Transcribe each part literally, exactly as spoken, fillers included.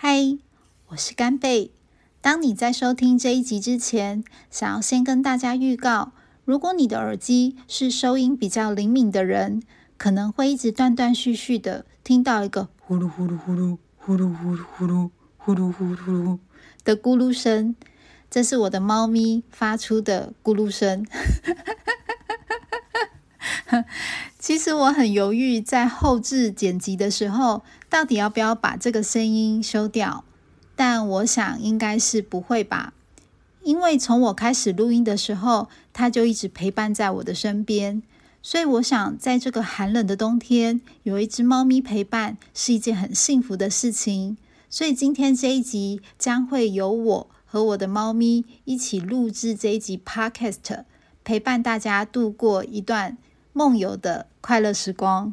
嗨，我是干贝。当你在收听这一集之前，想要先跟大家预告，如果你的耳机是收音比较灵敏的人，可能会一直断断续续的听到一个呼噜呼噜呼噜呼噜呼噜呼噜呼噜呼噜呼噜的咕噜声，这是我的猫咪发出的咕噜声。其实我很犹豫，在后制剪辑的时候，到底要不要把这个声音修掉，但我想应该是不会吧，因为从我开始录音的时候，它就一直陪伴在我的身边，所以我想在这个寒冷的冬天，有一只猫咪陪伴是一件很幸福的事情，所以今天这一集将会由我和我的猫咪一起录制这一集 Podcast， 陪伴大家度过一段梦游的快乐时光。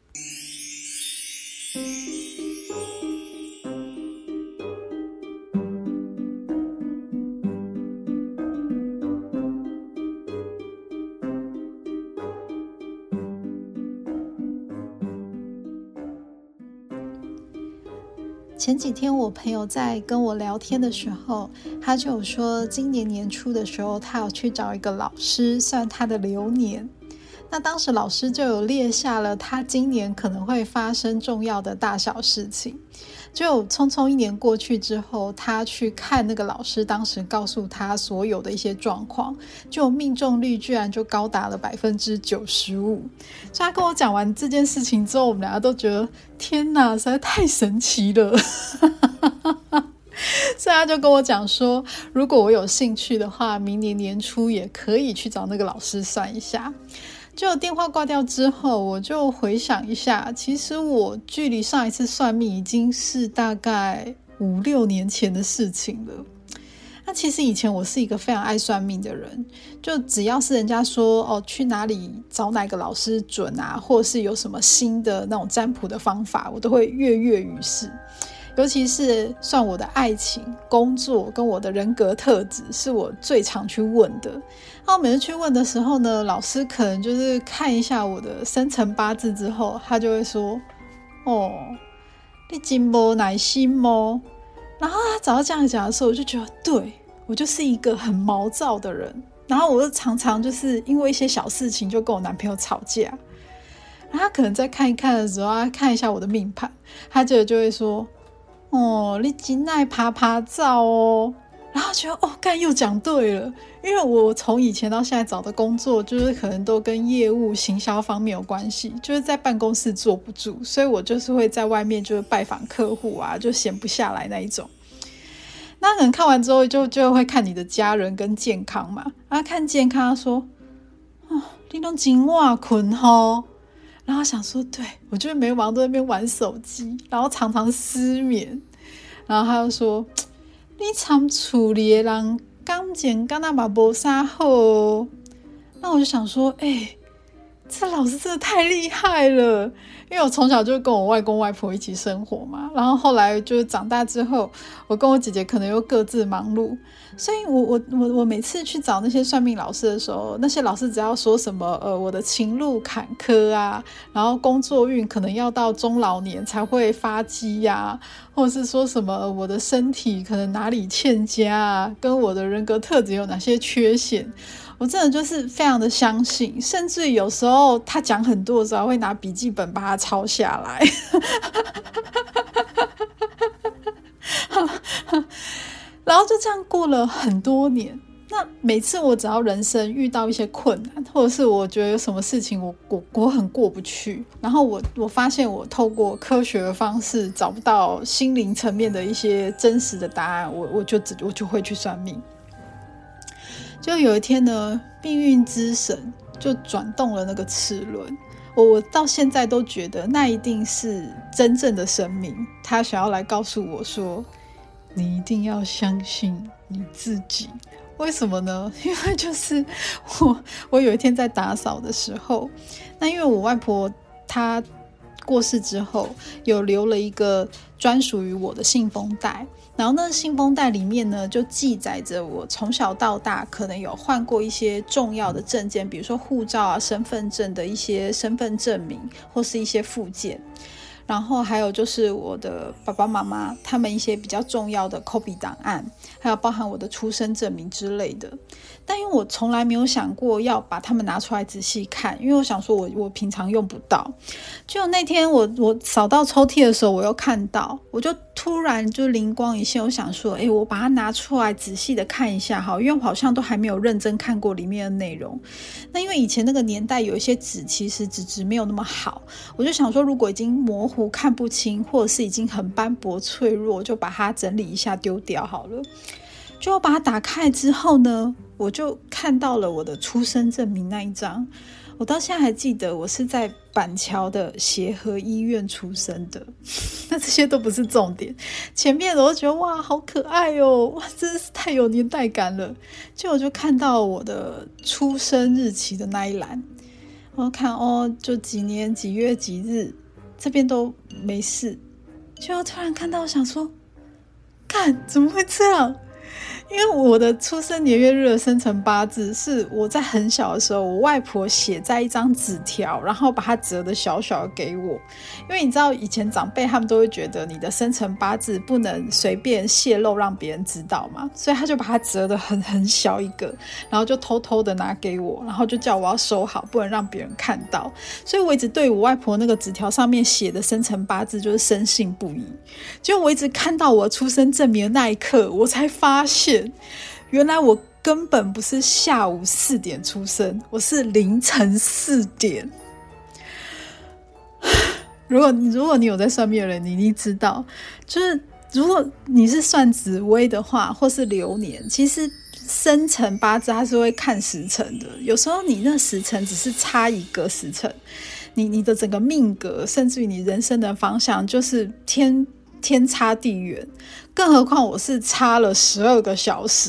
前几天我朋友在跟我聊天的时候，他就有说今年年初的时候，他有去找一个老师算他的流年。那当时老师就有列下了他今年可能会发生重要的大小事情，就匆匆一年过去之后，他去看那个老师当时告诉他所有的一些状况，就命中率居然就高达了百分之九十五。所以他跟我讲完这件事情之后，我们两个都觉得天哪，实在太神奇了。所以他就跟我讲说，如果我有兴趣的话，明年年初也可以去找那个老师算一下。就电话挂掉之后，我就回想一下，其实我距离上一次算命已经是大概五六年前的事情了。那其实以前我是一个非常爱算命的人，就只要是人家说哦去哪里找哪个老师准啊，或是有什么新的那种占卜的方法，我都会跃跃欲试。尤其是算我的爱情、工作跟我的人格特质，是我最常去问的。然后每次去问的时候呢，老师可能就是看一下我的生辰八字之后，他就会说：“哦，你真没耐心哦。”然后他找到这样讲的时候，我就觉得，对，我就是一个很毛躁的人。然后我就常常就是因为一些小事情就跟我男朋友吵架。然后他可能在看一看的时候，他看一下我的命盘，他就就会说。哦，你真爱爬爬照哦，然后觉得哦，干又讲对了，因为我从以前到现在找的工作，就是可能都跟业务、行销方面有关系，就是在办公室坐不住，所以我就是会在外面就是拜访客户啊，就闲不下来那一种。那可能看完之后就就会看你的家人跟健康嘛，啊，看健康说，哦，你都真晚困吼。然后想说，对，我就每晚都在那边玩手机，然后常常失眠。然后他就说，你参处理的人感情敢若嘛没啥好哦。那我就想说，哎、欸，这老师真的太厉害了，因为我从小就跟我外公外婆一起生活嘛，然后后来就是长大之后，我跟我姐姐可能又各自忙碌，所以我我我我每次去找那些算命老师的时候，那些老师只要说什么呃我的情路坎坷啊，然后工作运可能要到中老年才会发迹呀、啊，或者是说什么、呃、我的身体可能哪里欠佳啊，跟我的人格特质有哪些缺陷。我真的就是非常的相信，甚至有时候他讲很多的时候会拿笔记本把它抄下来然后就这样过了很多年。那每次我只要人生遇到一些困难，或者是我觉得有什么事情我我我很过不去，然后我我发现我透过科学的方式找不到心灵层面的一些真实的答案，我我就我就会去算命。就有一天呢，命运之神就转动了那个齿轮，我我到现在都觉得那一定是真正的神明，他想要来告诉我说，你一定要相信你自己。为什么呢？因为就是我我有一天在打扫的时候，那因为我外婆她过世之后，有留了一个专属于我的信封袋，然后那信封袋里面呢，就记载着我从小到大可能有换过一些重要的证件，比如说护照啊、身份证的一些身份证明，或是一些附件。 然后还有就是我的爸爸妈妈他们一些比较重要的 copy 档案，还有包含我的出生证明之类的。但因为我从来没有想过要把它们拿出来仔细看，因为我想说我我平常用不到。就那天我我扫到抽屉的时候，我又看到，我就突然就灵光一现，我想说诶，我把它拿出来仔细的看一下好，因为我好像都还没有认真看过里面的内容。那因为以前那个年代有一些纸其实纸质没有那么好，我就想说如果已经模糊看不清，或者是已经很斑驳脆弱，就把它整理一下丢掉好了。就我把它打开之后呢，我就看到了我的出生证明那一张。我到现在还记得我是在板桥的协和医院出生的。那这些都不是重点，前面我就觉得哇好可爱哦，哇真是太有年代感了。就我就看到我的出生日期的那一栏，我看哦就几年几月几日，这边都没事。就突然看到我想说干怎么会这样，因为我的出生年月日的生辰八字是我在很小的时候我外婆写在一张纸条，然后把它折得小小的给我。因为你知道以前长辈他们都会觉得你的生辰八字不能随便泄露让别人知道嘛，所以他就把它折得很很小一个，然后就偷偷的拿给我，然后就叫我要收好，不能让别人看到。所以我一直对我外婆那个纸条上面写的生辰八字就是深信不疑。结果我一直看到我出生证明的那一刻，我才发现原来我根本不是下午四点出生，我是凌晨四点。如果如果你有在算命的人，你一定知道，就是如果你是算紫微的话，或是流年，其实生辰八字它是会看时辰的。有时候你那时辰只是差一个时辰，你你的整个命格，甚至于你人生的方向，就是天天差地远。更何况我是差了十二个小时。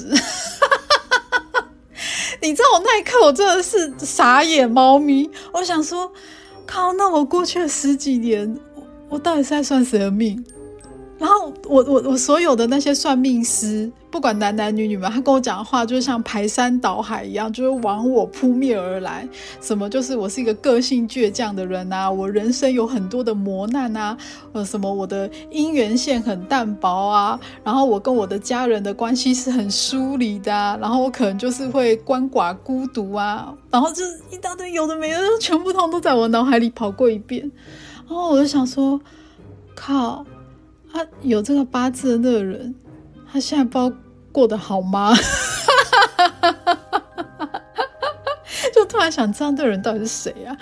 你知道我那一刻我真的是傻眼猫咪，我想说靠，那我过去了十几年我到底是在算谁的命？然后我我我所有的那些算命师，不管男男女女们，他跟我讲的话就像排山倒海一样，就是往我扑面而来。什么就是我是一个个性倔强的人啊，我人生有很多的磨难啊，呃，什么我的姻缘线很淡薄啊，然后我跟我的家人的关系是很疏离的啊，然后我可能就是会鳏寡孤独啊，然后就是一大堆有的没的，全部通都在我脑海里跑过一遍。然后我就想说，靠。他有这个八字的那个人，他现在不知道过得好吗？就突然想知道这个人到底是谁啊？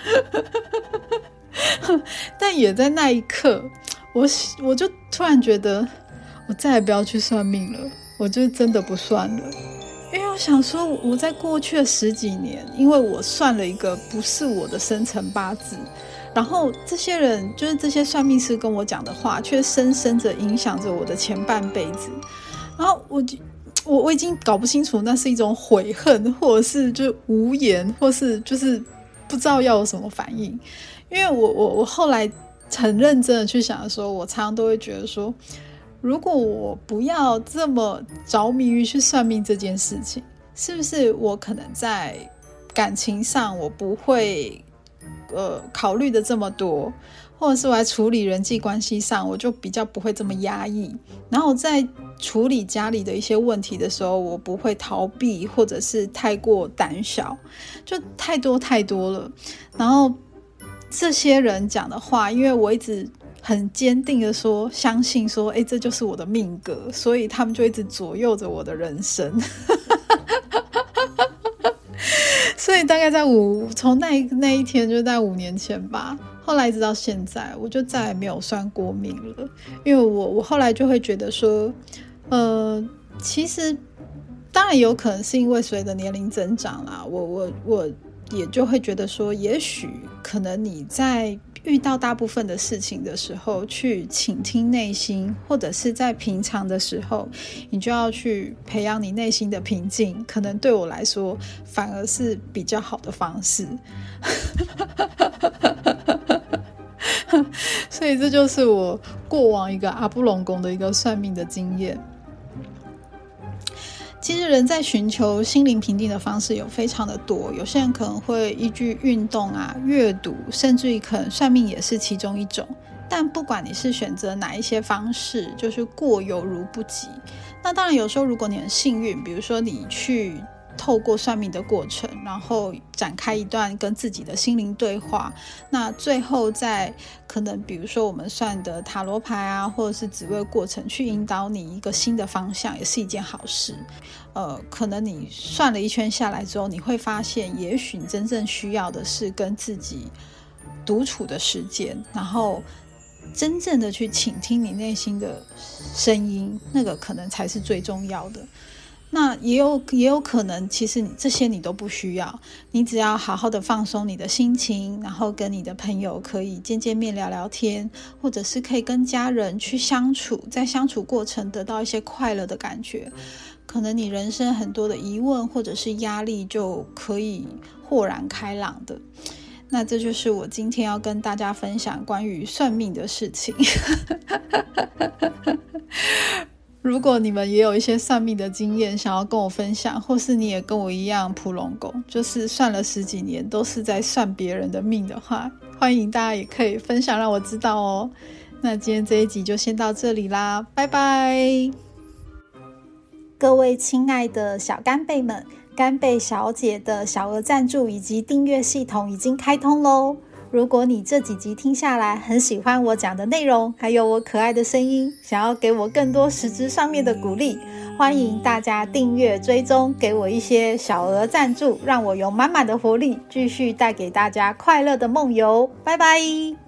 但也在那一刻，我我就突然觉得，我再也不要去算命了，我就真的不算了。因为我想说，我在过去的十几年，因为我算了一个不是我的生辰八字。然后这些人就是这些算命师跟我讲的话，却深深的影响着我的前半辈子。然后我我我已经搞不清楚那是一种悔恨，或者是就无言，或是就是不知道要有什么反应。因为我我我后来很认真的去想的时候，我常常都会觉得说，如果我不要这么着迷于去算命这件事情，是不是我可能在感情上我不会呃，考虑的这么多，或者是我在处理人际关系上，我就比较不会这么压抑。然后在处理家里的一些问题的时候，我不会逃避，或者是太过胆小，就太多太多了。然后这些人讲的话，因为我一直很坚定的说，相信说，哎，这就是我的命格，所以他们就一直左右着我的人生。所以大概在五从那那一天就在五年前吧，后来一直到现在，我就再也没有算过命了。因为我我后来就会觉得说，呃，其实当然有可能是因为随着年龄增长啦，我我我也就会觉得说，也许可能你在遇到大部分的事情的时候，去倾听内心，或者是在平常的时候，你就要去培养你内心的平静，可能对我来说反而是比较好的方式。所以这就是我过往一个阿布隆宫的一个算命的经验。其实人在寻求心灵平静的方式有非常的多，有些人可能会依据运动啊、阅读，甚至于可能算命也是其中一种。 但不管你是选择哪一些方式，就是过犹如不及。那当然有时候如果你很幸运，比如说你去透过算命的过程，然后展开一段跟自己的心灵对话，那最后在可能比如说我们算的塔罗牌啊，或者是紫微过程去引导你一个新的方向，也是一件好事。呃，可能你算了一圈下来之后，你会发现也许你真正需要的是跟自己独处的时间，然后真正的去倾听你内心的声音，那个可能才是最重要的。那也有也有可能其实你这些你都不需要，你只要好好的放松你的心情，然后跟你的朋友可以见见面聊聊天，或者是可以跟家人去相处，在相处过程得到一些快乐的感觉，可能你人生很多的疑问或者是压力就可以豁然开朗的。那这就是我今天要跟大家分享关于算命的事情如果你们也有一些算命的经验想要跟我分享，或是你也跟我一样普龙宫，就是算了十几年都是在算别人的命的话，欢迎大家也可以分享让我知道哦。那今天这一集就先到这里啦，拜拜。各位亲爱的小干贝们，干贝小姐的小额赞助以及订阅系统已经开通咯。如果你这几集听下来很喜欢我讲的内容，还有我可爱的声音，想要给我更多实质上面的鼓励，欢迎大家订阅追踪，给我一些小额赞助，让我有满满的活力继续带给大家快乐的梦游。拜拜。